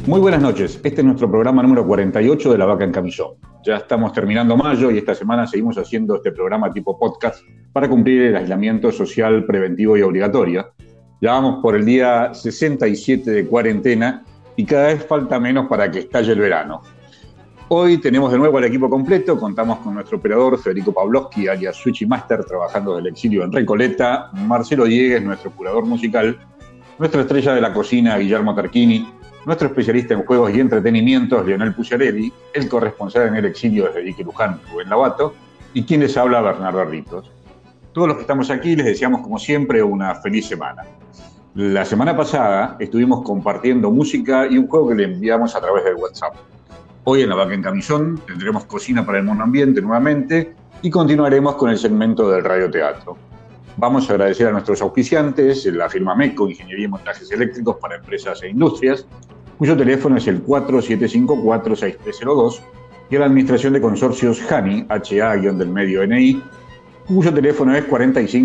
Muy buenas noches, este es nuestro programa número 48 de La Vaca en Camisón. Ya estamos terminando mayo y esta semana seguimos haciendo este programa tipo podcast para cumplir el aislamiento social preventivo y obligatorio. Ya vamos por el día 67 de cuarentena y cada vez falta menos para que estalle el verano. Hoy tenemos de nuevo al equipo completo, contamos con nuestro operador Federico Pavlovsky, alias Switchy Master, trabajando del exilio en Recoleta, Marcelo Diegues, nuestro curador musical, nuestra estrella de la cocina, Guillermo Tarquini, nuestro especialista en juegos y entretenimientos, Leonel Pugliarelli, el corresponsal en el exilio desde Dique Luján, Rubén Lavato, y quien les habla, Bernardo Ritos. Todos los que estamos aquí les deseamos, como siempre, una feliz semana. La semana pasada estuvimos compartiendo música y un juego que le enviamos a través del WhatsApp. Hoy en La Vaca en Camisón tendremos cocina para el monoambiente nuevamente y continuaremos con el segmento del radioteatro. Vamos a agradecer a nuestros auspiciantes, la firma MECO, Ingeniería y Montajes Eléctricos para Empresas e Industrias, cuyo teléfono es el 4754-6302, y a la Administración de Consorcios HANI, HA-NI, cuyo teléfono es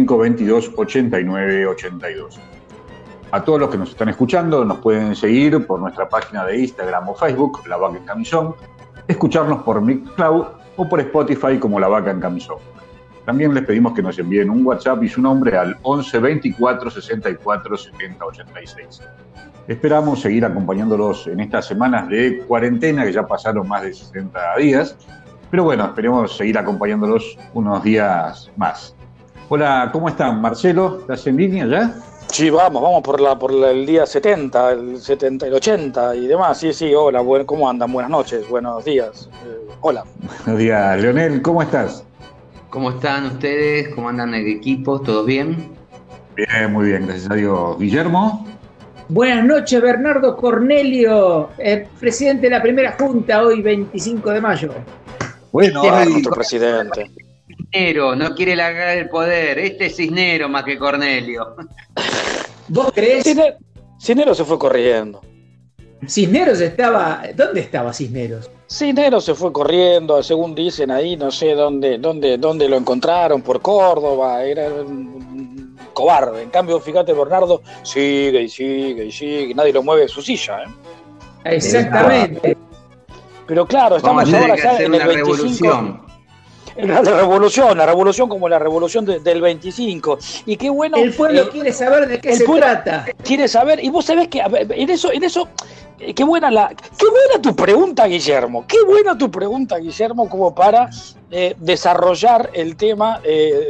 4522-8982. A todos los que nos están escuchando, nos pueden seguir por nuestra página de Instagram o Facebook, La Vaca en Camisón, escucharnos por Mixcloud o por Spotify como La Vaca en Camisón. También les pedimos que nos envíen un WhatsApp y su nombre al 11 24 64 70 86. Esperamos seguir acompañándolos en estas semanas de cuarentena, que ya pasaron más de 60 días, pero bueno, esperemos seguir acompañándolos unos días más. Hola, ¿cómo están? Marcelo, ¿estás en línea ya? Sí, vamos por el día 70, el 70, el 80 y demás. Sí, hola, ¿cómo andan? Buenas noches, buenos días. Hola. Buenos días, Leonel, ¿cómo estás? ¿Cómo están ustedes? ¿Cómo andan el equipo? ¿Todo bien? Bien, muy bien, gracias a Dios. ¿Guillermo? Buenas noches, Bernardo Cornelio, presidente de la primera junta, hoy 25 de mayo. Bueno, nuestro presidente. Cisnero, no quiere largar el poder. Este es Cisnero más que Cornelio. ¿Vos creés? Cisneros se fue corriendo. Cisneros estaba... ¿Dónde estaba Cisneros? Cisneros se fue corriendo, según dicen ahí, no sé dónde lo encontraron, por Córdoba, era un cobarde. En cambio, fíjate, Bernardo sigue, nadie lo mueve de su silla. Exactamente. Pero claro, estamos ahora ya en el 25. Revolución. La revolución como la revolución del 25. Y qué bueno. El pueblo quiere saber de qué se trata. Quiere saber, y vos sabés que en eso, qué buena tu pregunta, Guillermo. Qué buena tu pregunta, Guillermo, como para desarrollar el tema,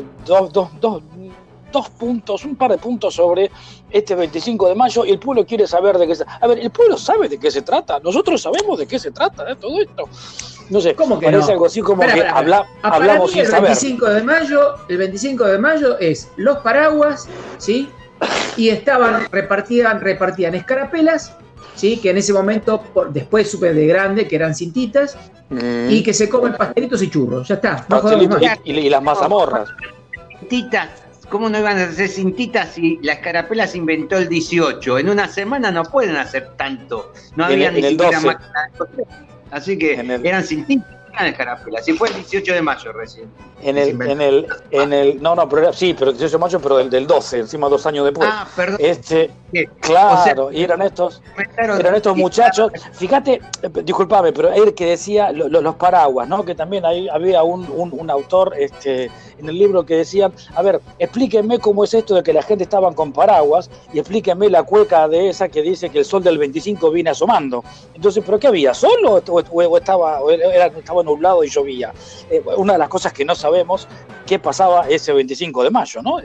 dos puntos, un par de puntos sobre este 25 de mayo, y el pueblo quiere saber de qué se trata. A ver, el pueblo sabe de qué se trata, nosotros sabemos de qué se trata, todo esto. No sé, ¿cómo que parece no? algo así como que hablamos sin saber. El 25 de mayo es los paraguas, ¿sí? Y repartían escarapelas, ¿sí? Que en ese momento, después supe de grande que eran cintitas, y que se comen pastelitos y churros, ya está. No pastelitos y las mazamorras. Cintitas, ¿cómo no iban a hacer cintitas si la escarapela se inventó el 18? En una semana no pueden hacer tanto. No había ni siquiera máquina de coser. Así que eran cintitas, eran escarapelas. Si fue el 18 de mayo recién. Pero el 18 de mayo, pero del 12, encima 2 años después. Ah, perdón. Claro, o sea, y eran estos muchachos. Fíjate, disculpame, pero él que decía los paraguas, ¿no? Que también había un autor en el libro que decía, a ver, explíquenme cómo es esto de que la gente estaba con paraguas y explíquenme la cueca de esa que dice que el sol del 25 viene asomando. Entonces, ¿pero qué había? ¿Solo o estaba nublado y llovía? Una de las cosas que no sabemos qué pasaba ese 25 de mayo, ¿no?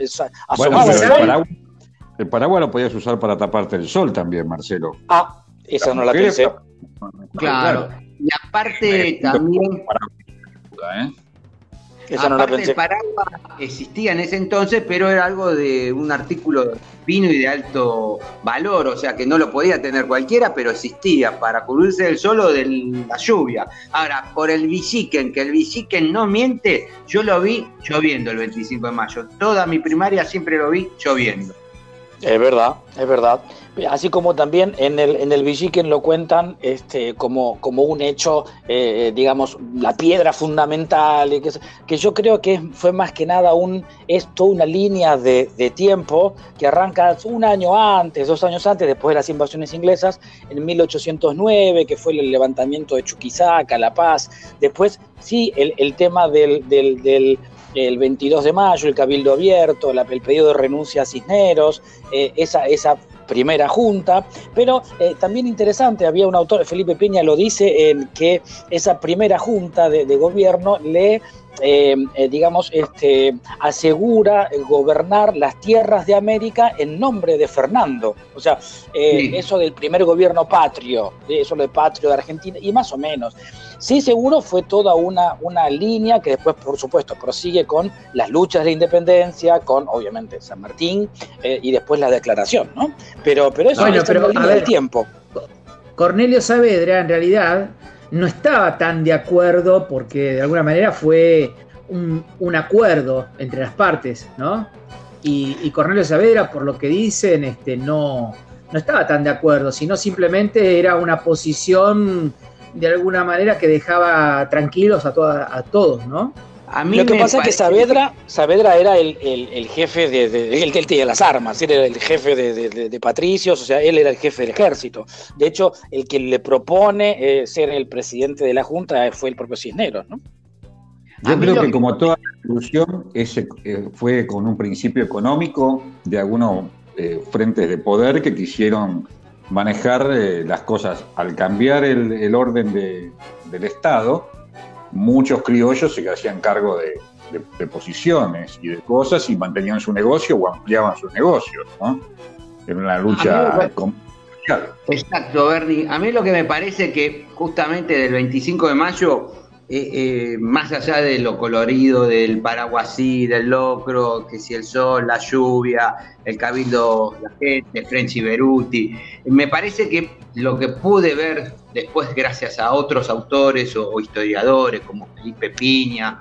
El paraguas lo podías usar para taparte el sol también, Marcelo. Esa no la pensé. Claro. Y aparte también... Esa no la pensé. El paraguas existía en ese entonces, pero era algo de un artículo fino y de alto valor, o sea que no lo podía tener cualquiera, pero existía para cubrirse del sol o de la lluvia. Ahora, por el Villiquen, que el Villiquen no miente, yo lo vi lloviendo el 25 de mayo. Toda mi primaria siempre lo vi lloviendo. Es verdad, es verdad. Así como también en el Villiquen lo cuentan como un hecho, digamos, la piedra fundamental, y que yo creo que fue más que nada toda una línea de tiempo que arranca un año antes, 2 años antes, después de las invasiones inglesas, en 1809, que fue el levantamiento de Chuquisaca, La Paz. Después, sí, el tema del 22 de mayo, el Cabildo Abierto, el pedido de renuncia a Cisneros, esa primera junta, pero también interesante, había un autor, Felipe Piña lo dice, en que esa primera junta de gobierno le asegura gobernar las tierras de América en nombre de Fernando. O sea, sí. Eso del primer gobierno patrio, eso de patrio de Argentina, y más o menos. Sí, seguro fue toda una línea que después, por supuesto, prosigue con las luchas de la independencia, con, obviamente, San Martín, y después la declaración, ¿no? Pero eso es la línea del tiempo. Cornelio Saavedra, en realidad, no estaba tan de acuerdo porque de alguna manera fue un acuerdo entre las partes, ¿no? Y Cornelio Saavedra, por lo que dicen, no estaba tan de acuerdo, sino simplemente era una posición de alguna manera que dejaba tranquilos a todos, ¿no? A mí lo que pasa es que Saavedra era el jefe él tenía las armas, él era el jefe de patricios, o sea, él era el jefe del ejército. De hecho, el que le propone ser el presidente de la Junta fue el propio Cisneros, ¿no? Yo creo que como toda revolución fue con un principio económico de algunos frentes de poder que quisieron manejar las cosas. Al cambiar el orden del Estado, muchos criollos se hacían cargo de posiciones y de cosas y mantenían su negocio o ampliaban sus negocios, ¿no? Era una lucha comercial. Exacto, Bernie. A mí lo que me parece que justamente del 25 de mayo, más allá de lo colorido del paraguasí, del locro, que si el sol, la lluvia, el cabildo, la gente, French y Beruti, me parece que lo que pude ver después, gracias a otros autores o historiadores como Felipe Piña,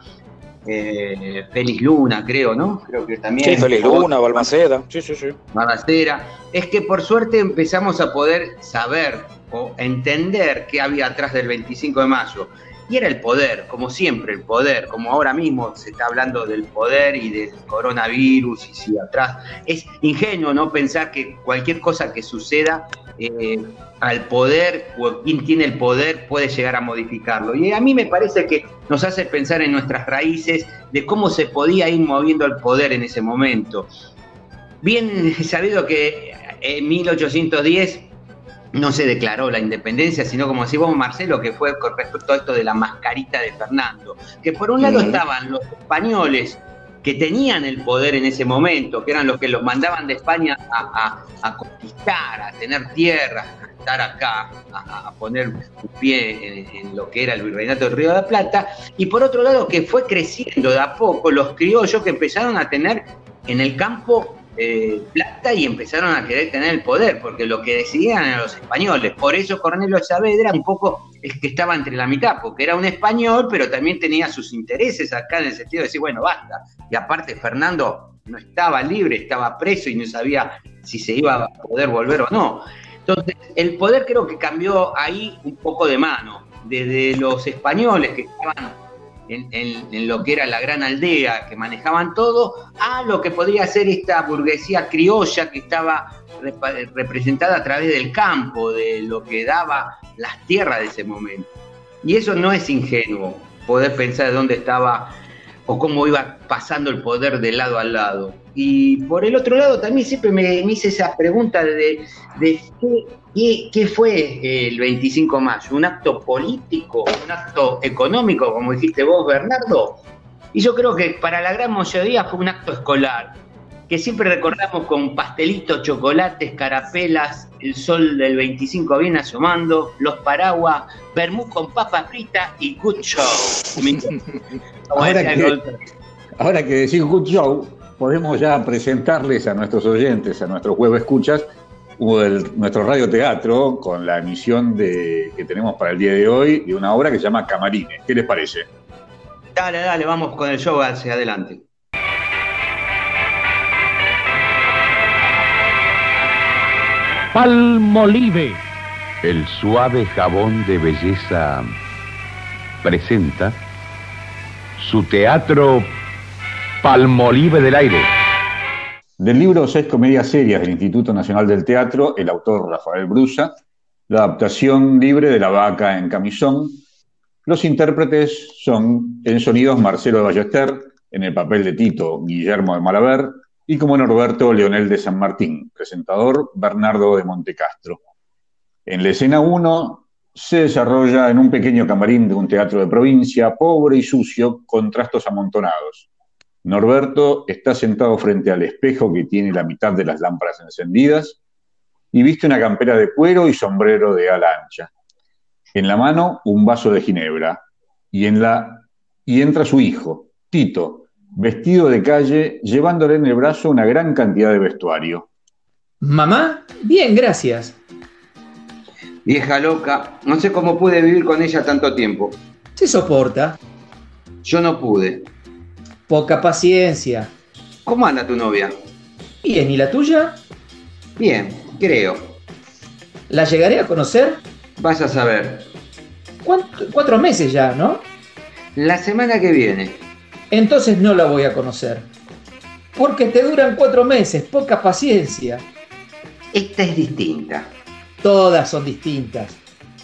Félix Luna, creo, ¿no? Creo que también. Sí, Félix Luna, Balmaceda. Sí. Balmaceda. Es que por suerte empezamos a poder saber o entender qué había atrás del 25 de mayo. Y era el poder, como siempre, el poder, como ahora mismo se está hablando del poder y del coronavirus, y si atrás. Es ingenuo, ¿no? Pensar que cualquier cosa que suceda al poder, o quien tiene el poder, puede llegar a modificarlo. Y a mí me parece que nos hace pensar en nuestras raíces de cómo se podía ir moviendo el poder en ese momento. Bien sabido que en 1810 no se declaró la independencia, sino como decís vos, Marcelo, que fue con respecto a esto de la mascarita de Fernando. Que por un lado estaban los españoles que tenían el poder en ese momento, que eran los que los mandaban de España a conquistar, a tener tierras, a estar acá, a poner un pie en lo que era el virreinato del Río de la Plata. Y por otro lado, que fue creciendo de a poco los criollos que empezaron a tener en el campo plata y empezaron a querer tener el poder, porque lo que decidían eran los españoles. Por eso Cornelio Saavedra un poco es que estaba entre la mitad, porque era un español, pero también tenía sus intereses acá, en el sentido de decir, bueno, basta. Y aparte Fernando no estaba libre, estaba preso y no sabía si se iba a poder volver o no. Entonces, el poder creo que cambió ahí un poco de mano, desde los españoles que estaban en lo que era la gran aldea, que manejaban todo, a lo que podría ser esta burguesía criolla que estaba representada a través del campo, de lo que daba las tierras de ese momento. Y eso no es ingenuo, poder pensar de dónde estaba o cómo iba pasando el poder de lado a lado. Y por el otro lado también siempre me hice esa pregunta de ¿qué fue el 25 de mayo? ¿Un acto político? ¿Un acto económico, como dijiste vos, Bernardo? Y yo creo que para la gran mayoría fue un acto escolar, que siempre recordamos con pastelitos, chocolates, carapelas, el sol del 25 viene asomando, los paraguas, vermú con papa frita y good show. Ahora que decís good show, podemos ya presentarles a nuestros oyentes, a nuestros web escuchas, nuestro radioteatro con la emisión que tenemos para el día de hoy de una obra que se llama Camarines. ¿Qué les parece? Dale, vamos con el show hacia adelante. Palmolive. El suave jabón de belleza presenta su teatro Palmolive del aire. Del libro 6 comedias serias del Instituto Nacional del Teatro, el autor Rafael Brusa, la adaptación libre de La vaca en camisón. Los intérpretes son en sonidos Marcelo de Ballester, en el papel de Tito Guillermo de Malaver y como Norberto Leonel de San Martín, presentador Bernardo de Montecastro. En la escena 1 se desarrolla en un pequeño camarín de un teatro de provincia, pobre y sucio, con trastos amontonados. Norberto está sentado frente al espejo que tiene la mitad de las lámparas encendidas y viste una campera de cuero y sombrero de ala ancha. En la mano, un vaso de ginebra. Y entra su hijo, Tito, vestido de calle, llevándole en el brazo una gran cantidad de vestuario. ¿Mamá? Bien, gracias. Vieja loca, no sé cómo pude vivir con ella tanto tiempo. Se soporta. Yo no pude. Poca paciencia. ¿Cómo anda tu novia? Bien, ¿y la tuya? Bien, creo. ¿La llegaré a conocer? Vas a saber. 4 meses ya, ¿no? La semana que viene. Entonces no la voy a conocer. Porque te duran 4 meses, poca paciencia. Esta es distinta. Todas son distintas.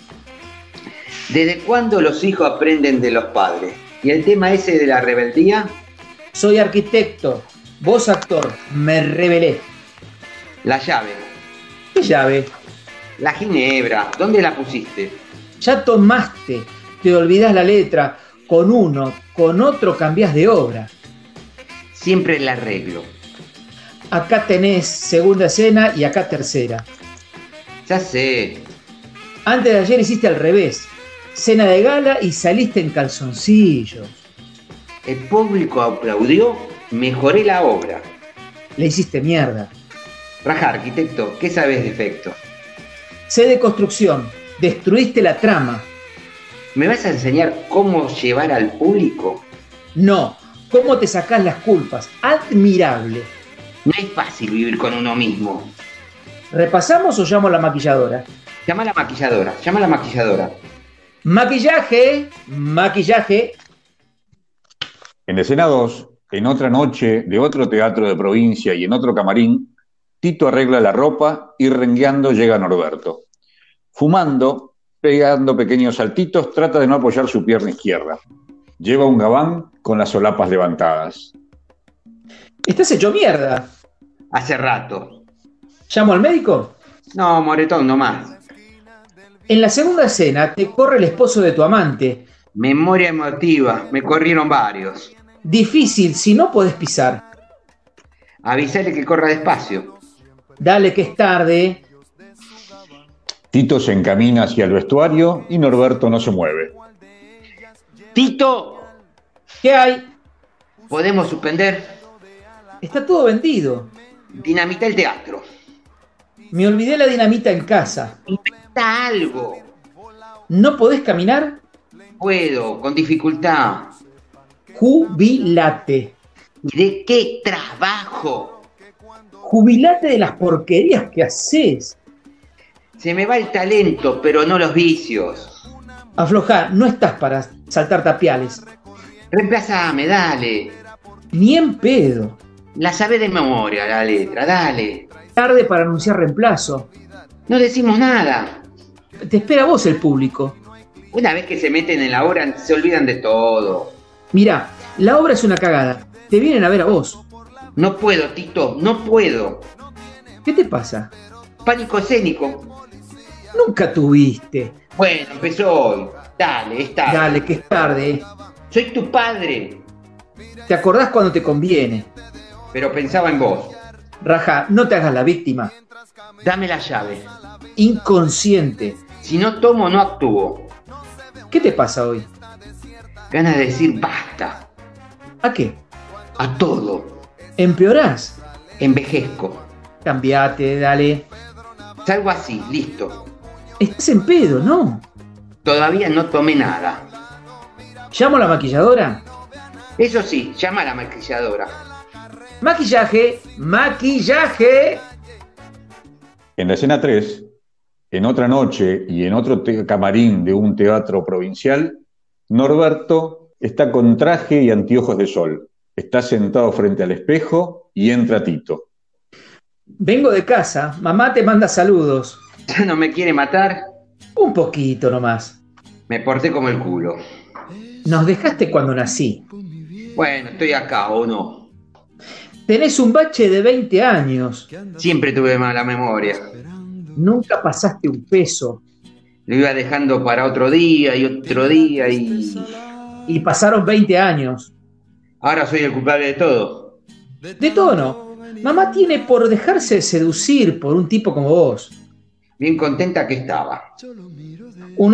¿Desde cuándo los hijos aprenden de los padres? ¿Y el tema ese de la rebeldía? Soy arquitecto, vos actor, me rebelé. La llave. ¿Qué llave? La ginebra, ¿dónde la pusiste? Ya tomaste, te olvidás la letra, con uno, con otro cambiás de obra. Siempre la arreglo. Acá tenés segunda escena y acá tercera. Ya sé. Antes de ayer hiciste al revés, cena de gala y saliste en calzoncillos. El público aplaudió, mejoré la obra. Le hiciste mierda. Raja, arquitecto, ¿qué sabes de efecto? Sé de construcción, destruiste la trama. ¿Me vas a enseñar cómo llevar al público? No, cómo te sacás las culpas, admirable. No es fácil vivir con uno mismo. ¿Repasamos o llamo a la maquilladora? Llama a la maquilladora, llama a la maquilladora. Maquillaje, maquillaje. En la escena 2, en otra noche de otro teatro de provincia y en otro camarín, Tito arregla la ropa y rengueando llega Norberto. Fumando, pegando pequeños saltitos, trata de no apoyar su pierna izquierda. Lleva un gabán con las solapas levantadas. Estás hecho mierda. Hace rato. ¿Llamo al médico? No, moretón, no más. En la segunda escena te corre el esposo de tu amante. Memoria emotiva, me corrieron varios. Difícil, si no podés pisar. Avisale que corra despacio. Dale que es tarde. Tito se encamina hacia el vestuario y Norberto no se mueve. Tito, ¿Qué hay? ¿podemos suspender? Está todo vendido. Dinamita el teatro. Me olvidé la dinamita en casa. Inventa algo. ¿No podés caminar? Puedo, con dificultad. Jubilate. ¿Y de qué trabajo? Jubilate de las porquerías que haces. Se me va el talento, pero no los vicios. Aflojá, no estás para saltar tapiales. Reemplazame, dale. Ni en pedo. La sabe de memoria la letra, dale. Tarde para anunciar reemplazo. No decimos nada. Te espera vos el público. Una vez que se meten en la obra, se olvidan de todo. Mirá, la obra es una cagada. Te vienen a ver a vos. No puedo, Tito, no puedo. ¿Qué te pasa? Pánico escénico. Nunca tuviste. Bueno, empezó hoy. Dale, es tarde. Dale, que es tarde. Soy tu padre. Te acordás cuando te conviene. Pero pensaba en vos. Raja, no te hagas la víctima. Dame la llave. Inconsciente. Si no tomo, no actúo. ¿Qué te pasa hoy? Ganas de decir basta. ¿A qué? A todo. ¿Empeorás? Envejezco. Cambiate, dale. Salgo así, listo. Estás en pedo, ¿no? Todavía no tomé nada. ¿Llamo a la maquilladora? Eso sí, llama a la maquilladora. Maquillaje, maquillaje. En la escena 3, en otra noche y en otro camarín de un teatro provincial, Norberto está con traje y anteojos de sol. Está sentado frente al espejo y entra Tito. Vengo de casa, mamá te manda saludos. ¿Ya no me quiere matar? Un poquito nomás. Me porté como el culo. Nos dejaste cuando nací. Bueno, estoy acá, ¿o no? Tenés un bache de 20 años. Siempre tuve mala memoria. Nunca pasaste un peso. Lo iba dejando para otro día y otro día Y pasaron 20 años. Ahora soy el culpable de todo. De todo no. Mamá tiene por dejarse seducir por un tipo como vos. Bien contenta que estaba. Un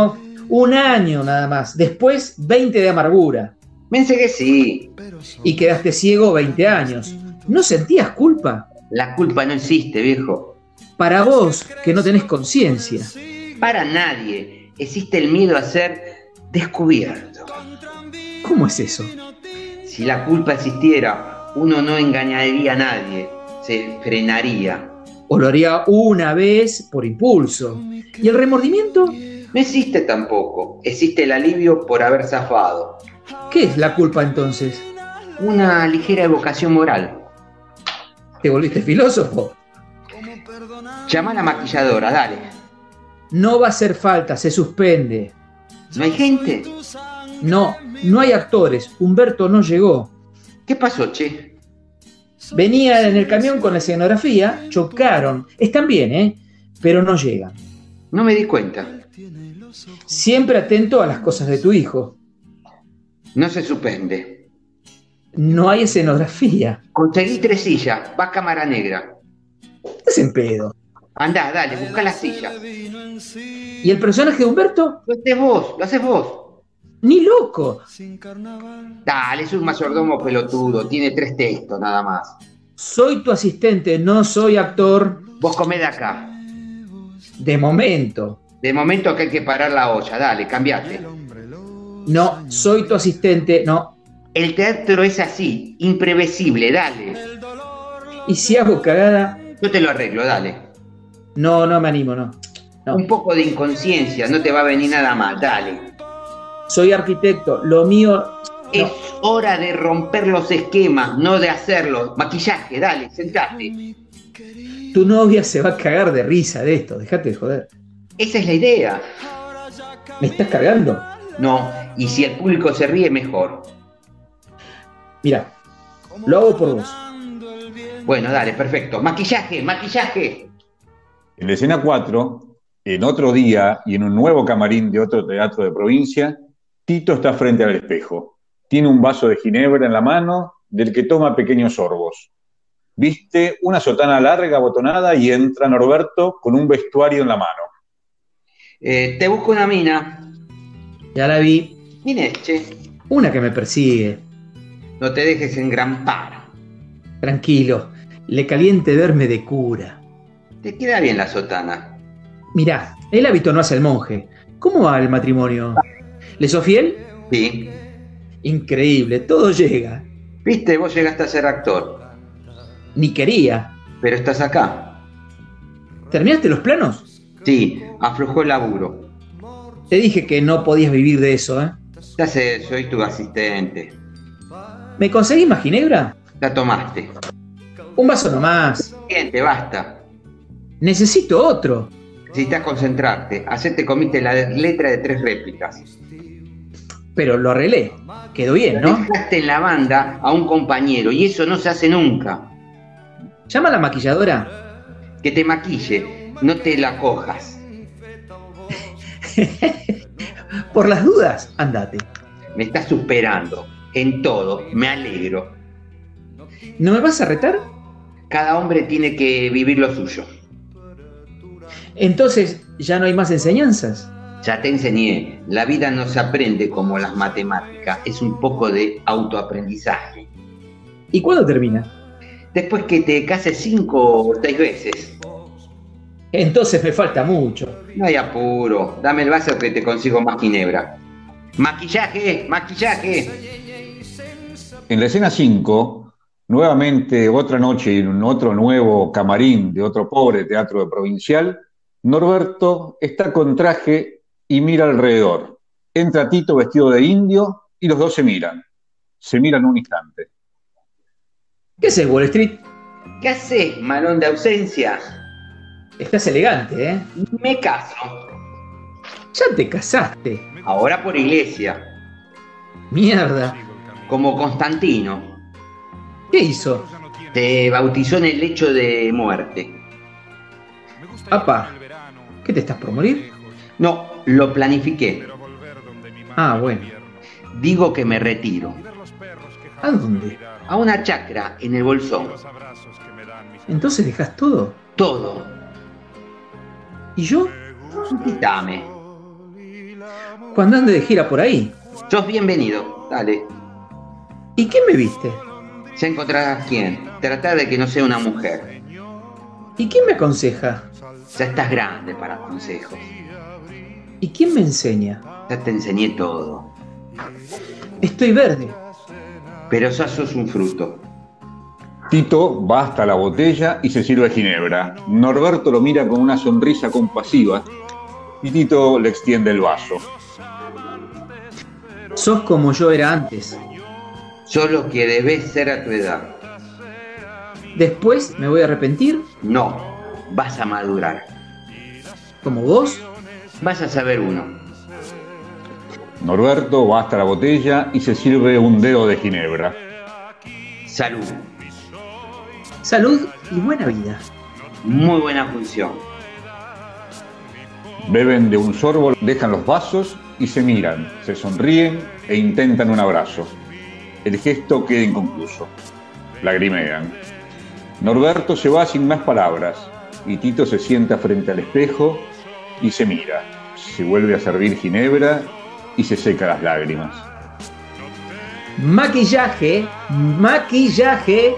año nada más. Después 20 de amargura. Pensé que sí. Y quedaste ciego 20 años. ¿No sentías culpa? La culpa no existe, viejo. Para vos, que no tenés conciencia. Para nadie. Existe el miedo a ser descubierto. ¿Cómo es eso? Si la culpa existiera, uno no engañaría a nadie. Se frenaría. O lo haría una vez por impulso. ¿Y el remordimiento? No existe tampoco. Existe el alivio por haber zafado. ¿Qué es la culpa entonces? Una ligera evocación moral. ¿Te volviste filósofo? Llama a la maquilladora, dale. No va a hacer falta, se suspende. ¿No hay gente? No hay actores. Humberto no llegó. ¿Qué pasó, che? Venía en el camión con la escenografía, chocaron. Están bien, pero no llegan. No me di cuenta. Siempre atento a las cosas de tu hijo. No se suspende. No hay escenografía. Conseguí 3 sillas, va cámara negra. Estás en pedo. Andá, dale, busca las sillas. ¿Y el personaje de Humberto? Lo haces vos. Ni loco. Dale, es un mayordomo pelotudo, tiene 3 textos nada más. Soy tu asistente, no soy actor. Vos comé de acá. De momento. De momento que hay que parar la olla, dale, cambiate. No, soy tu asistente, no. El teatro es así, imprevisible, dale. ¿Y si hago cagada? Yo te lo arreglo, dale. No me animo, no. Un poco de inconsciencia, no te va a venir nada mal, dale. Soy arquitecto, lo mío... Es hora de romper los esquemas, no de hacerlo. Maquillaje, dale, sentate. Tu novia se va a cagar de risa de esto, dejate de joder. Esa es la idea. ¿Me estás cargando? No, y si el público se ríe, mejor. Mira, lo hago por vos. Bueno, dale, perfecto. Maquillaje. En la escena 4, en otro día y en un nuevo camarín de otro teatro de provincia, Tito está frente al espejo. Tiene un vaso de ginebra en la mano, del que toma pequeños sorbos. Viste una sotana larga, abotonada, y entra Norberto con un vestuario en la mano. Te busco una mina. Ya la vi. ¿Quién es, che? Una que me persigue. No te dejes engrampar. Tranquilo, le caliente verme de cura. Te queda bien la sotana. Mirá, el hábito no hace el monje. ¿Cómo va el matrimonio? ¿Le sos fiel? Sí. Increíble, todo llega. Viste, vos llegaste a ser actor. Ni quería. Pero estás acá. ¿Terminaste los planos? Sí, aflojó el laburo. Te dije que no podías vivir de eso, ¿eh? Ya sé, soy tu asistente. ¿Me conseguís más ginebra? La tomaste. Un vaso nomás. Siguiente, basta. Necesito otro. Necesitas concentrarte. Ayer te comiste la letra de 3 réplicas. Pero lo arreglé. Quedó bien, ¿no? Dejaste en la banda a un compañero y eso no se hace nunca. Llama a la maquilladora. Que te maquille, no te la cojas. Por las dudas, andate. Me estás superando en todo, me alegro. ¿No me vas a retar? Cada hombre tiene que vivir lo suyo. Entonces, ¿ya no hay más enseñanzas? Ya te enseñé, la vida no se aprende como las matemáticas, es un poco de autoaprendizaje. ¿Y cuándo termina? Después que te cases 5 o 6 veces. Entonces me falta mucho. No hay apuro, dame el vaso que te consigo más ginebra. ¡Maquillaje! En la escena 5, Nuevamente, otra noche en otro nuevo camarín de otro pobre teatro de provincial, Norberto está con traje y mira alrededor. Entra Tito vestido de indio y los dos se miran. Se miran un instante. ¿Qué haces, Wall Street? ¿Qué haces, malón de ausencia? Estás elegante, ¿eh? Me caso. Ya te casaste. Ahora por iglesia. Mierda. Como Constantino. ¿Qué hizo? Te bautizó en el lecho de muerte. Papá, ¿qué te estás por morir? No, lo planifiqué. Ah, bueno. Digo que me retiro. ¿A dónde? A una chacra en el Bolsón. ¿Entonces dejas todo? Todo. ¿Y yo? Invítame. Cuando ande de gira por ahí. Sos bienvenido, dale. ¿Y qué me viste? Ya encontrarás quién. Tratar de que no sea una mujer. ¿Y quién me aconseja? Ya estás grande para consejos. ¿Y quién me enseña? Ya te enseñé todo. Estoy verde. Pero ya sos un fruto. Tito va hasta la botella y se sirve ginebra. Norberto lo mira con una sonrisa compasiva y Tito le extiende el vaso. Sos como yo era antes. Sos lo que debes ser a tu edad. ¿Después me voy a arrepentir? No, vas a madurar. ¿Como vos? Vas a saber uno. Norberto va hasta la botella y se sirve un dedo de ginebra. Salud. Salud y buena vida. Muy buena función. Beben de un sorbo, dejan los vasos y se miran, se sonríen e intentan un abrazo. El gesto queda inconcluso. Lagrimean. Norberto se va sin más palabras y Tito se sienta frente al espejo y se mira. Se vuelve a servir ginebra y se seca las lágrimas. Maquillaje, maquillaje.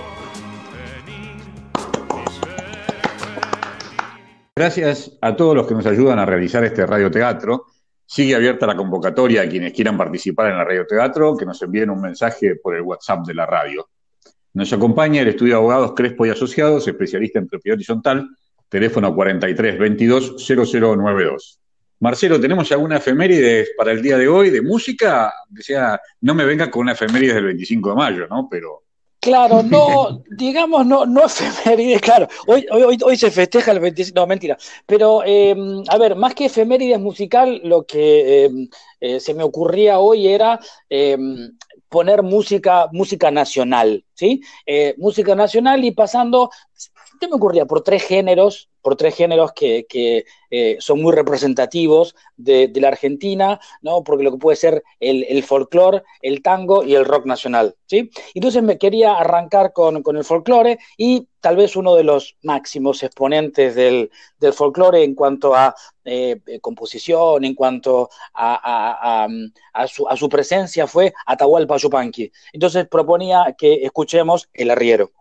Gracias a todos los que nos ayudan a realizar este radioteatro. Sigue abierta la convocatoria a quienes quieran participar en el radioteatro, que nos envíen un mensaje por el WhatsApp de la radio. Nos acompaña el Estudio de Abogados Crespo y Asociados, especialista en propiedad horizontal, teléfono 43 22 0092. Marcelo, ¿tenemos alguna efeméride para el día de hoy de música? O sea, no me venga con una efeméride del 25 de mayo, ¿no? Pero... Claro, no, digamos, no efemérides, claro. Hoy se festeja el 25, no, mentira. Pero, a ver, más que efemérides musical, lo que se me ocurría hoy era poner música nacional, ¿sí? Música nacional y pasando, ¿qué me ocurría? Por tres géneros que son muy representativos de la Argentina, ¿no? Porque lo que puede ser el folclore, el tango y el rock nacional, ¿sí? Entonces me quería arrancar con el folclore y tal vez uno de los máximos exponentes del folclore en cuanto a composición, en cuanto a su presencia fue Atahualpa Yupanqui. Entonces proponía que escuchemos El Arriero.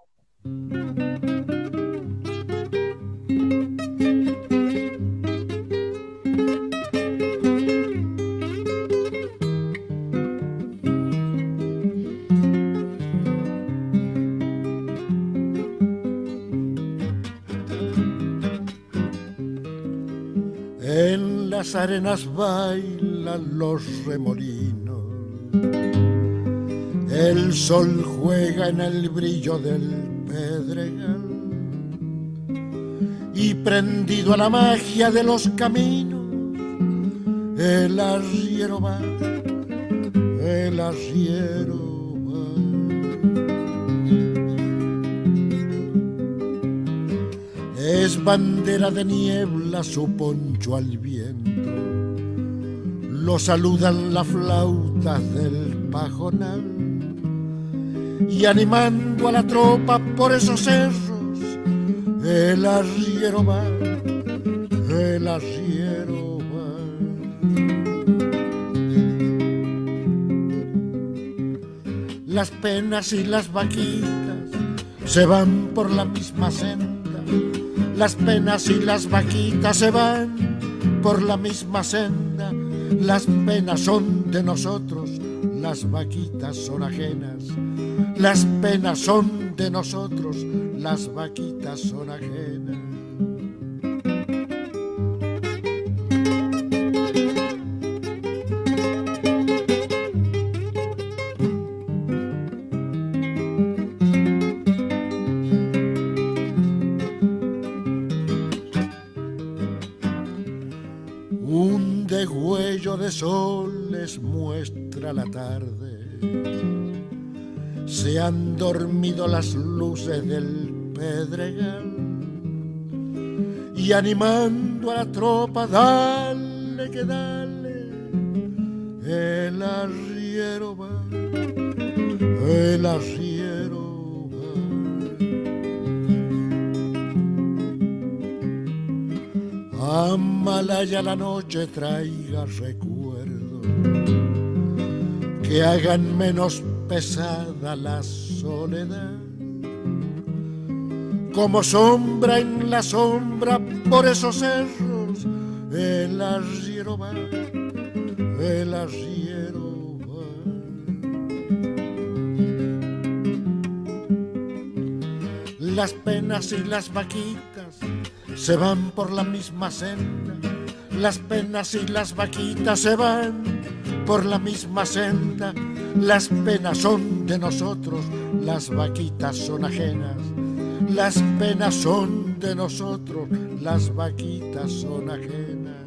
En las arenas bailan los remolinos, el sol juega en el brillo del pedregal y prendido a la magia de los caminos, el arriero va, el arriero va. Es bandera de niebla su poncho al viento, lo saludan las flautas del pajonal y animando a la tropa por esos cerros, el arriero va, el arriero va. Las penas y las vaquitas se van por la misma senda. Las penas y las vaquitas se van por la misma senda. Las penas son de nosotros, las vaquitas son ajenas. Las penas son de nosotros, las vaquitas son ajenas. Un degüello de sol les muestra la tarde. Se han dormido las luces del pedregal y animando a la tropa, dale que dale, el arriero va, el arriero va. Amalaya la noche traiga recuerdos que hagan menos pesada la soledad, como sombra en la sombra por esos cerros, el arriero va, el arriero va. Las penas y las vaquitas se van por la misma senda, las penas y las vaquitas se van por la misma senda. Las penas son de nosotros, las vaquitas son ajenas. Las penas son de nosotros, las vaquitas son ajenas.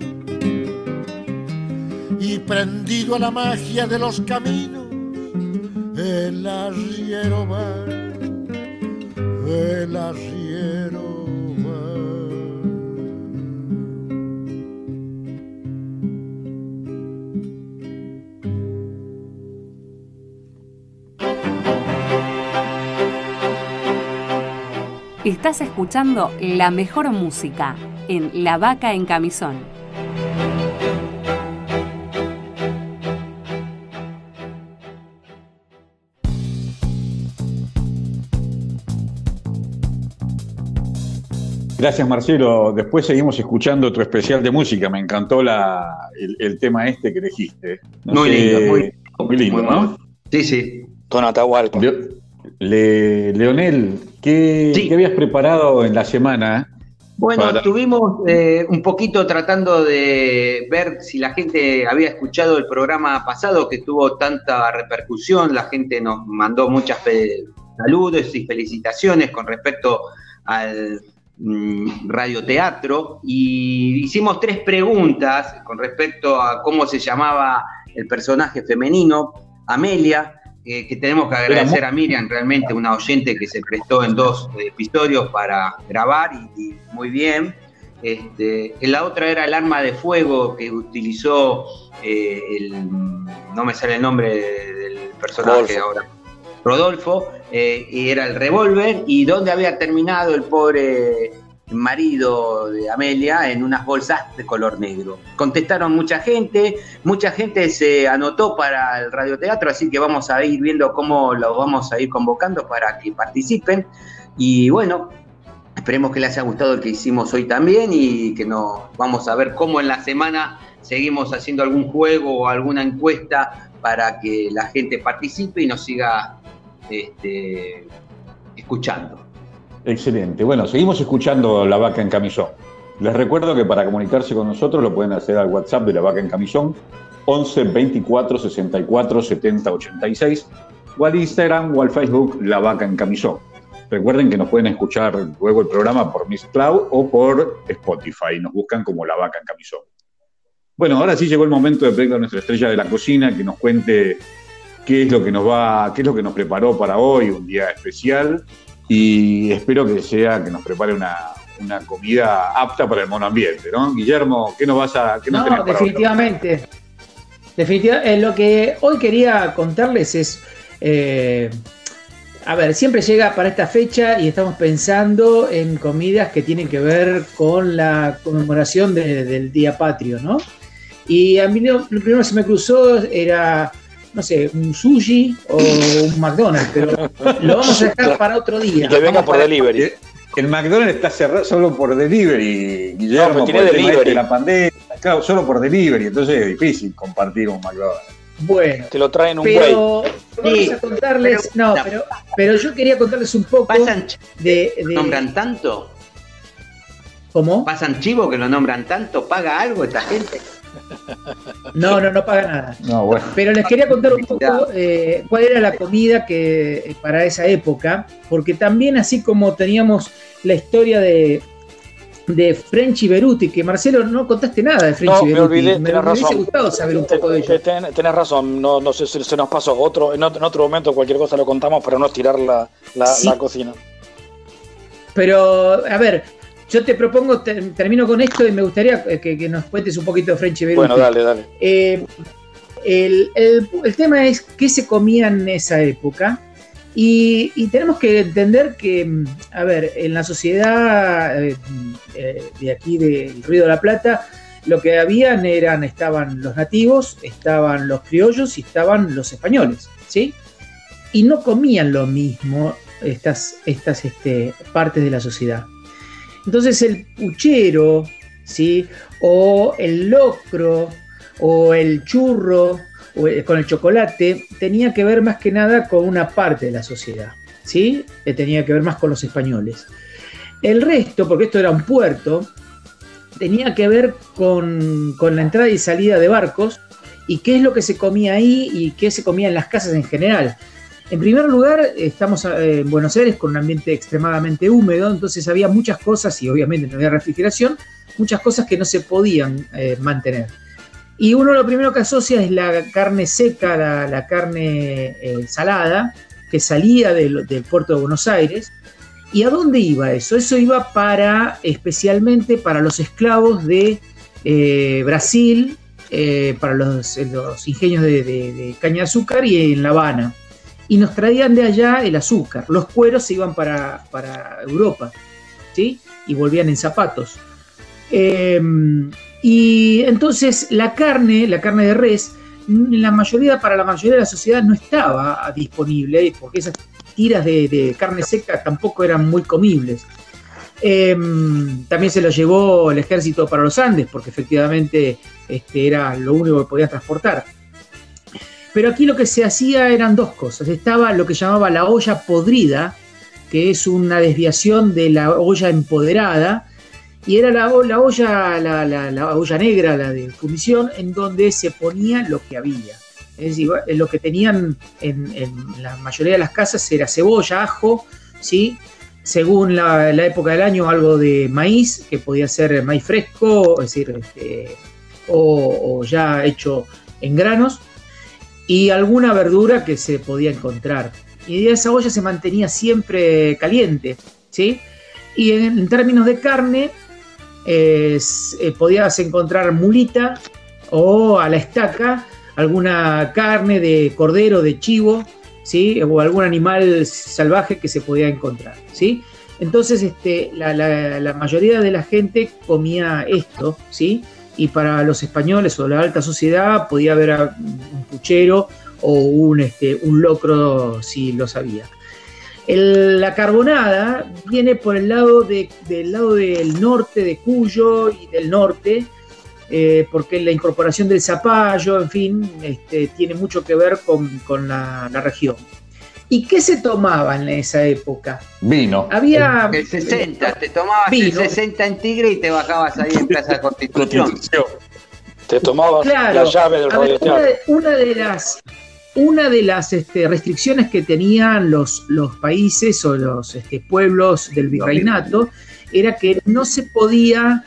Y prendido a la magia de los caminos, el arriero va, el arriero va. Estás escuchando la mejor música en La Vaca en Camisón. Gracias, Marcelo. Después seguimos escuchando tu especial de música. Me encantó el tema este que elegiste. Muy lindo, ¿no? Sí, sí. Con Atahualpa. Leonel, ¿qué habías preparado en la semana? Bueno, estuvimos un poquito tratando de ver si la gente había escuchado el programa pasado que tuvo tanta repercusión. La gente nos mandó muchas saludos y felicitaciones con respecto al radioteatro, y hicimos 3 preguntas con respecto a cómo se llamaba el personaje femenino, Amelia, que tenemos que agradecer a Miriam, realmente una oyente que se prestó en 2 episodios para grabar y muy bien. La otra era el arma de fuego que utilizó no me sale el nombre del personaje ahora, Rodolfo, y era el revólver, y donde había terminado el pobre marido de Amelia en unas bolsas de color negro. Contestaron mucha gente se anotó para el radioteatro, así que vamos a ir viendo cómo los vamos a ir convocando para que participen, y bueno, esperemos que les haya gustado el que hicimos hoy también, y que nos vamos a ver cómo en la semana seguimos haciendo algún juego o alguna encuesta para que la gente participe y nos siga escuchando. Excelente. Bueno, seguimos escuchando La Vaca en Camisón. Les recuerdo que para comunicarse con nosotros lo pueden hacer al WhatsApp de La Vaca en Camisón, 11 24 64 70 86, o al Instagram o al Facebook La Vaca en Camisón. Recuerden que nos pueden escuchar luego el programa por Mixcloud o por Spotify. Nos buscan como La Vaca en Camisón. Bueno, ahora sí llegó el momento de pedirle a nuestra estrella de la cocina que nos cuente qué es lo que nos preparó para hoy, un día especial, y espero que nos prepare una comida apta para el monoambiente, ¿no? Guillermo, ¿qué nos tenés para definitivamente. Lo que hoy quería contarles es, siempre llega para esta fecha y estamos pensando en comidas que tienen que ver con la conmemoración del Día Patrio, ¿no? Y a mí lo primero que se me cruzó era, no sé, un sushi o un McDonald's, pero lo vamos a dejar para otro día. Y que venga por delivery. El McDonald's está cerrado solo por delivery, Guillermo, no, tiene delivery. La pandemia, claro, solo por delivery, entonces es difícil compartir un McDonald's. Bueno, te lo traen un buey. Vamos a contarles, pero yo quería contarles un poco de ¿Nombran tanto? ¿Cómo? ¿Pasan chivo que lo nombran tanto? ¿Paga algo esta gente? No paga nada. No, bueno. Pero les quería contar un poco cuál era la comida que para esa época, porque también así como teníamos la historia de French y Beruti, que Marcelo no contaste nada de French y Beruti. Me hubiese gustado saber un poco de ello. Tenés razón, no sé si se nos pasó. En otro momento cualquier cosa lo contamos para no estirar la cocina. Pero, a ver, yo te propongo, termino con esto y me gustaría que nos cuentes un poquito de French y Beruti. Bueno, dale. El tema es qué se comía en esa época. Y tenemos que entender que, a ver, en la sociedad de aquí del Río de la Plata, lo que estaban los nativos, estaban los criollos y estaban los españoles, ¿sí? Y no comían lo mismo estas partes de la sociedad. Entonces el puchero, ¿sí? O el locro, o el churro, con el chocolate, tenía que ver más que nada con una parte de la sociedad, ¿sí? Tenía que ver más con los españoles. El resto, porque esto era un puerto, tenía que ver con la entrada y salida de barcos y qué es lo que se comía ahí y qué se comía en las casas en general. En primer lugar, estamos en Buenos Aires con un ambiente extremadamente húmedo, entonces había muchas cosas, y obviamente no había refrigeración, muchas cosas que no se podían mantener. Y uno lo primero que asocia es la carne seca, la carne salada, que salía del puerto de Buenos Aires. ¿Y a dónde iba eso? Eso iba especialmente para los esclavos de Brasil, para los ingenios de caña de azúcar y en La Habana. Y nos traían de allá el azúcar. Los cueros se iban para Europa, ¿sí? Y volvían en zapatos. Y entonces la carne de res, para la mayoría de la sociedad no estaba disponible, porque esas tiras de carne seca tampoco eran muy comibles. También se lo llevó el ejército para los Andes, porque efectivamente era lo único que podían transportar. Pero aquí lo que se hacía eran dos cosas. Estaba lo que llamaba la olla podrida, que es una desviación de la olla empoderada, y era la olla negra, la de fundición, en donde se ponía lo que había. Es decir, lo que tenían en la mayoría de las casas era cebolla, ajo, ¿sí? Según la época del año, algo de maíz, que podía ser maíz fresco, es decir, o ya hecho en granos, y alguna verdura que se podía encontrar. Y esa olla se mantenía siempre caliente, ¿sí? Y en términos de carne, podías encontrar mulita o a la estaca alguna carne de cordero, de chivo, ¿sí? O algún animal salvaje que se podía encontrar, ¿sí? Entonces la mayoría de la gente comía esto, ¿sí? Y para los españoles o la alta sociedad podía haber un puchero o un locro si lo sabía. La carbonada viene por el lado del norte de Cuyo y del norte, porque la incorporación del zapallo, en fin, tiene mucho que ver con la región. ¿Y qué se tomaba en esa época? Vino. Había el 60, te tomabas vino. El 60 en Tigre y te bajabas ahí en Plaza Constitución. Te tomabas la llave del radioteatro. Una de las restricciones que tenían los países o los pueblos del virreinato era que no se podía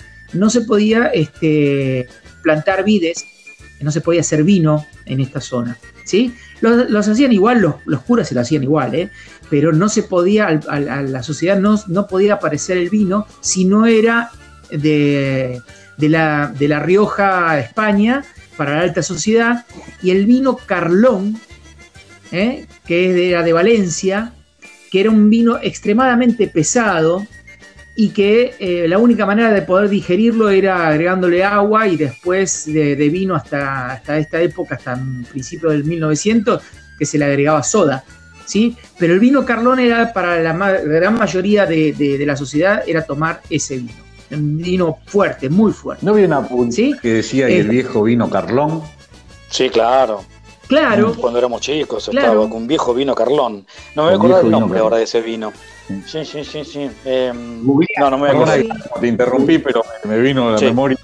plantar vides, no se podía hacer vino en esta zona, ¿sí? Los hacían igual, los curas se lo hacían igual, pero no se podía, a la sociedad no podía aparecer el vino si no era de la Rioja, España, para la alta sociedad, y el vino Carlón, que era de Valencia, que era un vino extremadamente pesado y que la única manera de poder digerirlo era agregándole agua, y después de vino hasta esta época, hasta principios del 1900, que se le agregaba soda, ¿sí? Pero el vino Carlón era para la gran mayoría de la sociedad, era tomar ese vino. Un vino fuerte, muy fuerte. ¿No había una punta, ¿sí?, que decía, y el viejo vino Carlón? Sí, claro. Claro. Cuando éramos chicos, claro. Estaba con un viejo vino Carlón. No me voy a acordar el nombre ahora de ese vino. Sí. No me voy a acordar. Te interrumpí, pero me vino a la memoria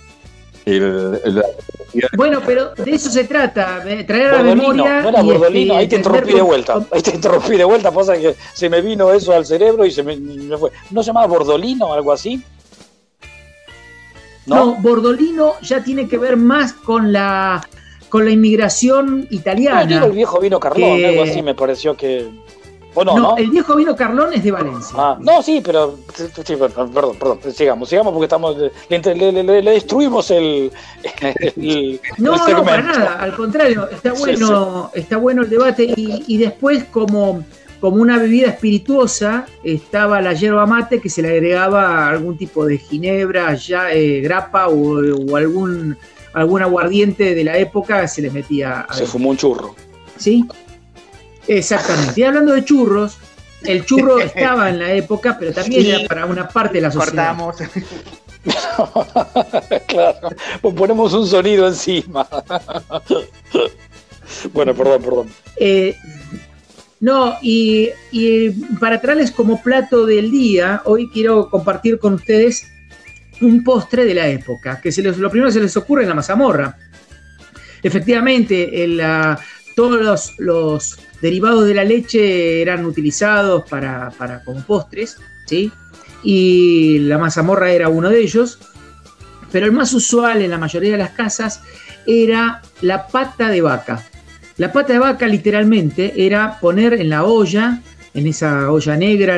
Bueno, pero de eso se trata, traer a la memoria. No era Bordolino, ahí te interrumpí de vuelta. Pasa que se me vino eso al cerebro y se me fue. ¿No se llamaba Bordolino o algo así? No, Bordolino ya tiene que ver más con la inmigración italiana. No, digo el viejo vino Carlón, algo así me pareció que... No, el viejo vino Carlón es de Valencia. No, sí, pero... Sí, perdón, sigamos porque estamos... Le destruimos el No, para nada, al contrario, está bueno el debate y después como una bebida espirituosa estaba la yerba mate que se le agregaba algún tipo de ginebra, grappa o algún aguardiente de la época se le metía. Se fumó un churro. Sí, exactamente. Y hablando de churros, el churro estaba en la época, pero también era para una parte de la sociedad. Cortamos. Claro, pues ponemos un sonido encima. Bueno, perdón. No, y para traerles como plato del día, hoy quiero compartir con ustedes un postre de la época, que lo primero que se les ocurre es la mazamorra. Efectivamente, todos los derivados de la leche eran utilizados como postres, ¿sí? Y la mazamorra era uno de ellos, pero el más usual en la mayoría de las casas era la pata de vaca. La pata de vaca literalmente era poner en la olla, en esa olla negra,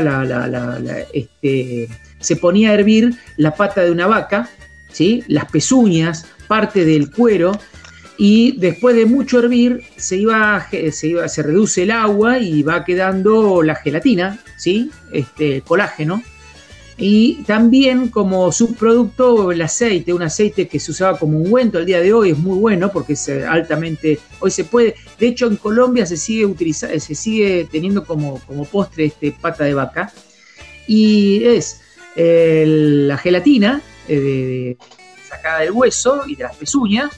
se ponía a hervir la pata de una vaca, ¿sí? Las pezuñas, parte del cuero, y después de mucho hervir se reduce el agua y va quedando la gelatina, ¿sí? Colágeno. Y también como subproducto el aceite, un aceite que se usaba como ungüento al día de hoy, es muy bueno porque es altamente, hoy se puede, de hecho en Colombia se sigue teniendo como postre pata de vaca, y es la gelatina sacada del hueso y de las pezuñas,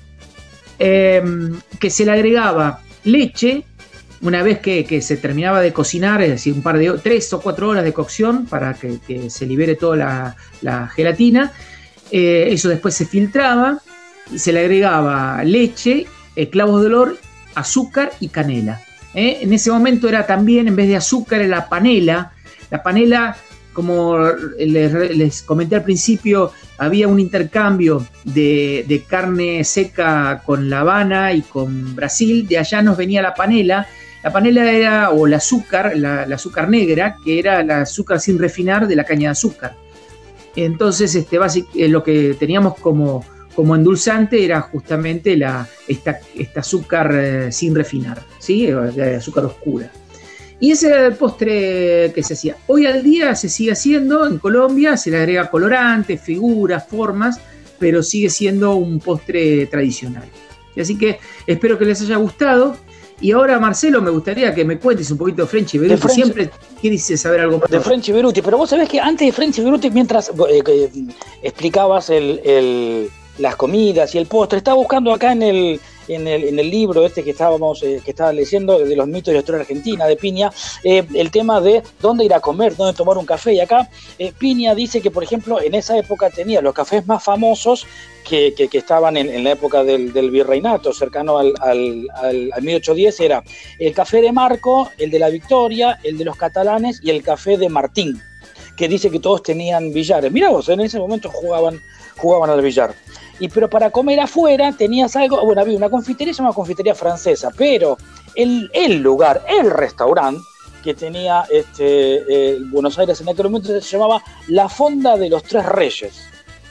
que se le agregaba leche una vez que se terminaba de cocinar, es decir, 3 o 4 horas de cocción para que se libere toda la gelatina. Eso después se filtraba y se le agregaba leche, clavos de olor, azúcar y canela. En ese momento era también, en vez de azúcar, era la panela. La panela, como les comenté al principio, había un intercambio de carne seca con La Habana y con Brasil. De allá nos venía la panela. La panela era, o el azúcar, la azúcar negra, que era el azúcar sin refinar de la caña de azúcar. Entonces, lo que teníamos como endulzante era justamente esta azúcar sin refinar, ¿sí? De azúcar oscura. Y ese era el postre que se hacía. Hoy al día se sigue haciendo en Colombia, se le agrega colorantes, figuras, formas, pero sigue siendo un postre tradicional. Así que espero que les haya gustado. Y ahora, Marcelo, me gustaría que me cuentes un poquito de French y Beruti. Siempre quieres saber algo más. De French y Beruti, pero vos sabés que antes de French y Beruti, mientras explicabas las comidas y el postre, estaba buscando acá en el libro que estaba leyendo de los mitos de la historia argentina de Piña, el tema de dónde ir a comer, dónde tomar un café. Y acá Piña dice que, por ejemplo, en esa época tenía los cafés más famosos que estaban en la época del virreinato, cercano al 1810, era el café de Marco, el de la Victoria, el de los catalanes y el café de Martín, que dice que todos tenían billares. Mirá vos, en ese momento jugaban al billar. Pero para comer afuera tenías algo, bueno, había una confitería, se llama confitería francesa, pero el lugar, el restaurante que tenía Buenos Aires en aquel momento se llamaba La Fonda de los Tres Reyes.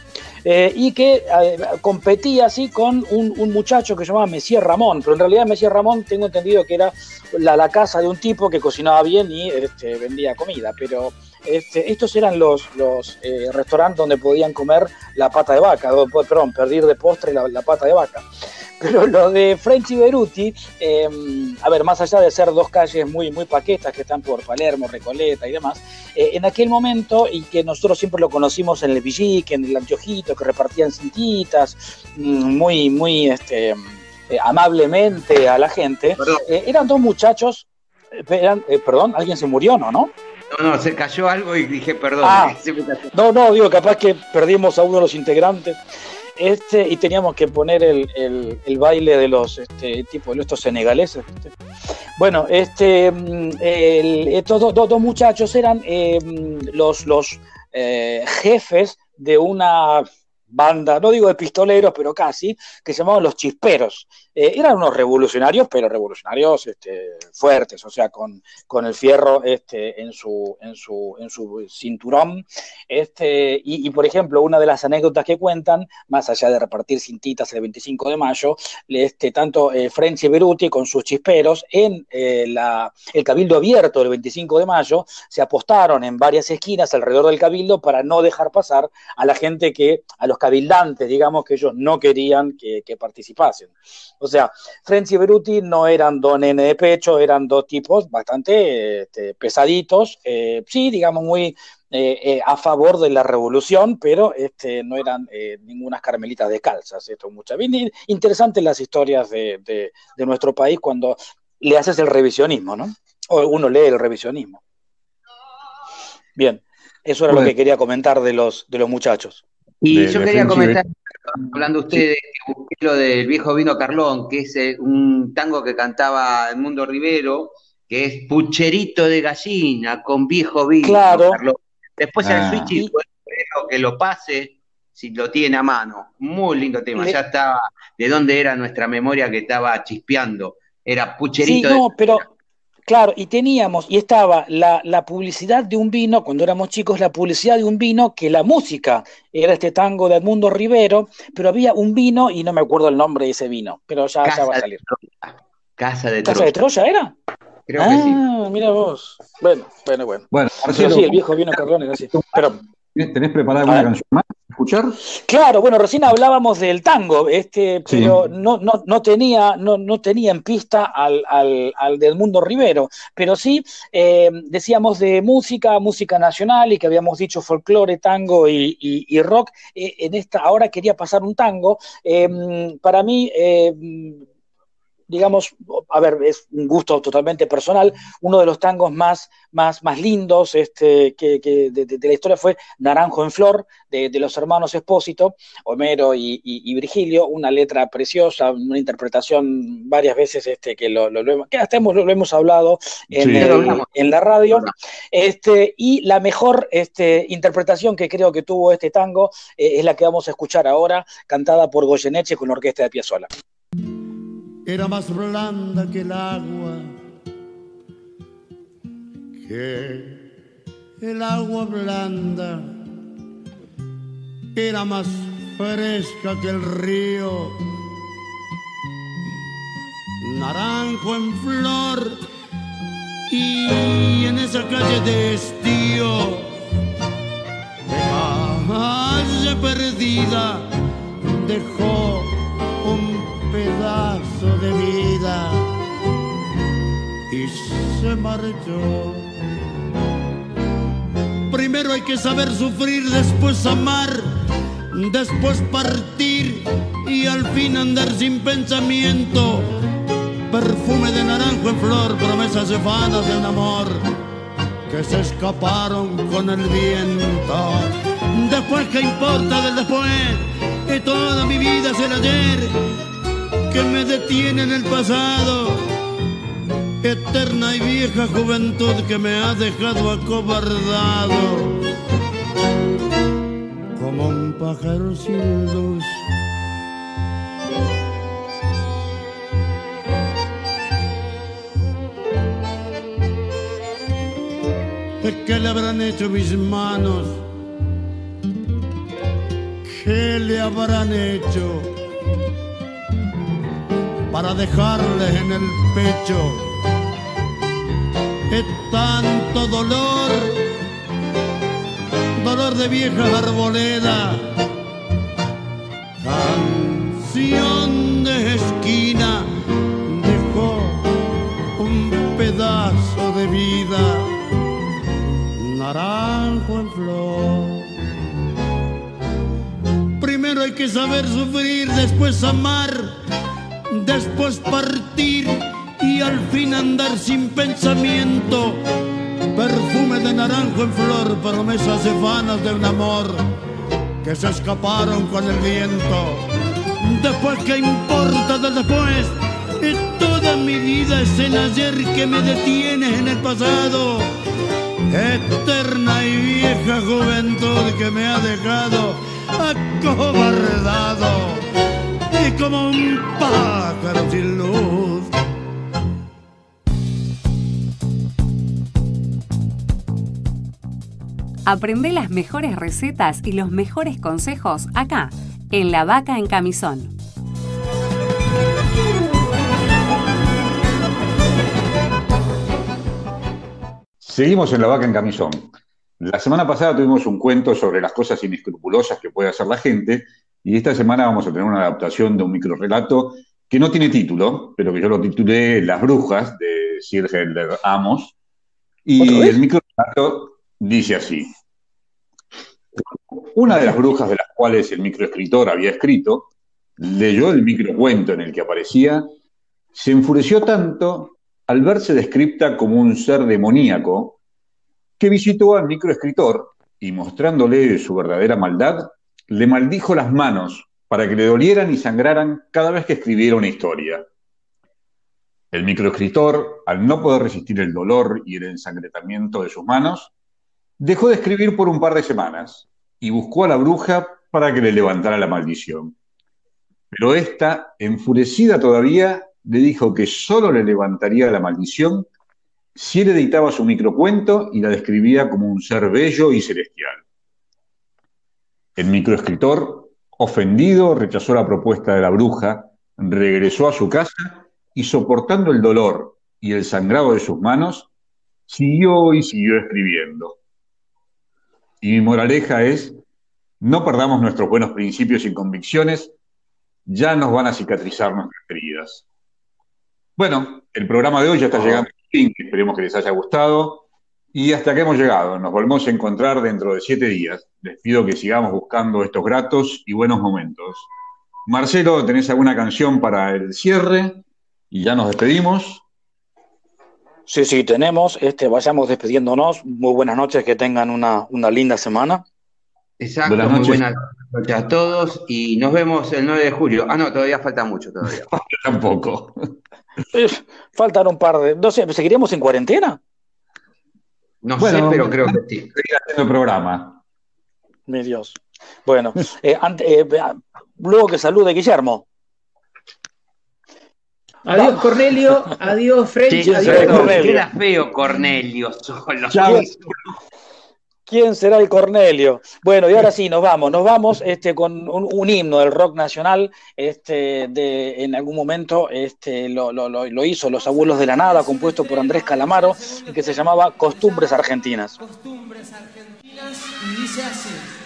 Y que competía así con un muchacho que se llamaba Messier Ramón, pero en realidad Messier Ramón tengo entendido que era la casa de un tipo que cocinaba bien y vendía comida, pero estos eran los restaurantes donde podían comer la pata de vaca, pedir de postre la pata de vaca. Pero lo de French y Beruti, más allá de ser dos calles muy, muy paquetas que están por Palermo, Recoleta y demás, en aquel momento, y que nosotros siempre lo conocimos en el Villique, en el Anteojito, que repartían cintitas, muy, muy amablemente a la gente. Eran dos muchachos, perdón, ¿alguien se murió, no? No, se cayó algo y dije perdón. No, digo, capaz que perdimos a uno de los integrantes. Y teníamos que poner el baile de los tipo de estos senegaleses. Bueno, estos dos muchachos eran los jefes de una banda, no digo de pistoleros, pero casi, que se llamaban los Chisperos. Eran unos revolucionarios, pero revolucionarios fuertes, o sea, con el fierro en su cinturón. Y por ejemplo, una de las anécdotas que cuentan, más allá de repartir cintitas el 25 de mayo, tanto French y Beruti con sus Chisperos en el Cabildo Abierto del 25 de mayo se apostaron en varias esquinas alrededor del Cabildo para no dejar pasar a la gente a los cabildantes, digamos, que ellos no querían que participasen. O sea, French y Beruti no eran dos nene de pecho, eran dos tipos bastante pesaditos, sí, digamos, muy a favor de la revolución, pero no eran ningunas carmelitas descalzas. Bien interesantes las historias de nuestro país cuando le haces el revisionismo, ¿no? O uno lee el revisionismo. Bien, eso era lo que quería comentar de los muchachos. Y yo quería comentar, hablando ustedes, que busqué lo del Viejo Vino Carlón, que es un tango que cantaba Edmundo Rivero, que es Pucherito de Gallina con Viejo Vino Carlón. Después el switch que lo pase, si lo tiene a mano. Muy lindo tema, ya estaba, de dónde era nuestra memoria que estaba chispeando. Era Pucherito pero... Claro, y estaba la publicidad de un vino, cuando éramos chicos, la publicidad de un vino, que la música era este tango de Edmundo Rivero, pero había un vino, y no me acuerdo el nombre de ese vino, pero ya va a salir. Casa de Troya. ¿Casa de Troya era? Creo que sí. Mira vos. Bueno. Bueno, Marcelo, sí, el Viejo Vino Carlón era así. Pero, ¿tenés preparada una canción más para escuchar? Claro, bueno, recién hablábamos del tango, pero no tenía en pista al de Edmundo Rivero, pero sí decíamos de música nacional, y que habíamos dicho folclore, tango y rock. Ahora quería pasar un tango. Para mí, digamos, a ver, es un gusto totalmente personal, uno de los tangos más lindos que de la historia fue Naranjo en Flor, de los hermanos Espósito, Homero y Virgilio, una letra preciosa, una interpretación varias veces que hasta lo hemos hablado en la radio, y la mejor interpretación que creo que tuvo este tango es la que vamos a escuchar ahora, cantada por Goyeneche con la orquesta de Piazzolla. Era más blanda que el agua, que el agua blanda, era más fresca que el río, naranjo en flor, y en esa calle de estío, de calle perdida, dejó un pedazo de vida y se marchó. Primero hay que saber sufrir, después amar, después partir y al fin andar sin pensamiento. Perfume de naranjo en flor, promesas vanas de un amor que se escaparon con el viento. Después, ¿qué importa del después? Que toda mi vida es el ayer que me detiene en el pasado, eterna y vieja juventud que me ha dejado acobardado, como un pájaro sin luz. ¿Qué le habrán hecho mis manos? ¿Qué le habrán hecho para dejarles en el pecho tanto dolor, dolor de vieja arboleda, canción de esquina, dejó un pedazo de vida, naranjo en flor. Primero hay que saber sufrir, después amar, después partir y al fin andar sin pensamiento. Perfume de naranjo en flor, promesas vanas de un amor que se escaparon con el viento. Después, ¿qué importa del después? Toda mi vida es el ayer que me detiene en el pasado. Eterna y vieja juventud que me ha dejado acobardado y como un pájaro sin luz. Aprende las mejores recetas y los mejores consejos acá, en La Vaca en Camisón. Seguimos en La Vaca en Camisón. La semana pasada tuvimos un cuento sobre las cosas inescrupulosas que puede hacer la gente, y esta semana vamos a tener una adaptación de un microrrelato que no tiene título, pero que yo lo titulé Las brujas, de Sir Helder Amos. Y el microrrelato dice así. Una de las brujas de las cuales el microescritor había escrito, leyó el microcuento en el que aparecía, se enfureció tanto al verse descripta como un ser demoníaco, que visitó al microescritor y, mostrándole su verdadera maldad, le maldijo las manos para que le dolieran y sangraran cada vez que escribiera una historia. El microescritor, al no poder resistir el dolor y el ensangrentamiento de sus manos, dejó de escribir por un par de semanas y buscó a la bruja para que le levantara la maldición. Pero ésta, enfurecida todavía, le dijo que solo le levantaría la maldición si él editaba su microcuento y la describía como un ser bello y celestial. El microescritor, ofendido, rechazó la propuesta de la bruja, regresó a su casa y, soportando el dolor y el sangrado de sus manos, siguió escribiendo. Y mi moraleja es, no perdamos nuestros buenos principios y convicciones, ya nos van a cicatrizar nuestras heridas. Bueno, el programa de hoy ya está llegando a fin, esperemos que les haya gustado, y hasta que hemos llegado. Nos volvemos a encontrar dentro de 7 días. Les pido que sigamos buscando estos gratos y buenos momentos. Marcelo, ¿tenés alguna canción para el cierre? Y ya nos despedimos. Sí, tenemos. Vayamos despidiéndonos. Muy buenas noches, que tengan una linda semana. Exacto, muy buenas noches a todos y nos vemos el 9 de julio. Ah, no, todavía falta mucho todavía. Tampoco. Faltan un par de... No sé, ¿seguiremos en cuarentena? No sé, pero creo que sí. Seguir haciendo el programa. Mi Dios. Bueno, luego que salude Guillermo. Adiós, Cornelio. Adiós, French. Sí, adiós, Cornelio. Queda feo Cornelio solo. ¿Quién será el Cornelio? Bueno, y ahora sí, nos vamos con un himno del rock nacional, en algún momento lo hizo Los Abuelos de la Nada, compuesto por Andrés Calamaro, que se llamaba Costumbres Argentinas. Costumbres Argentinas, y dice así.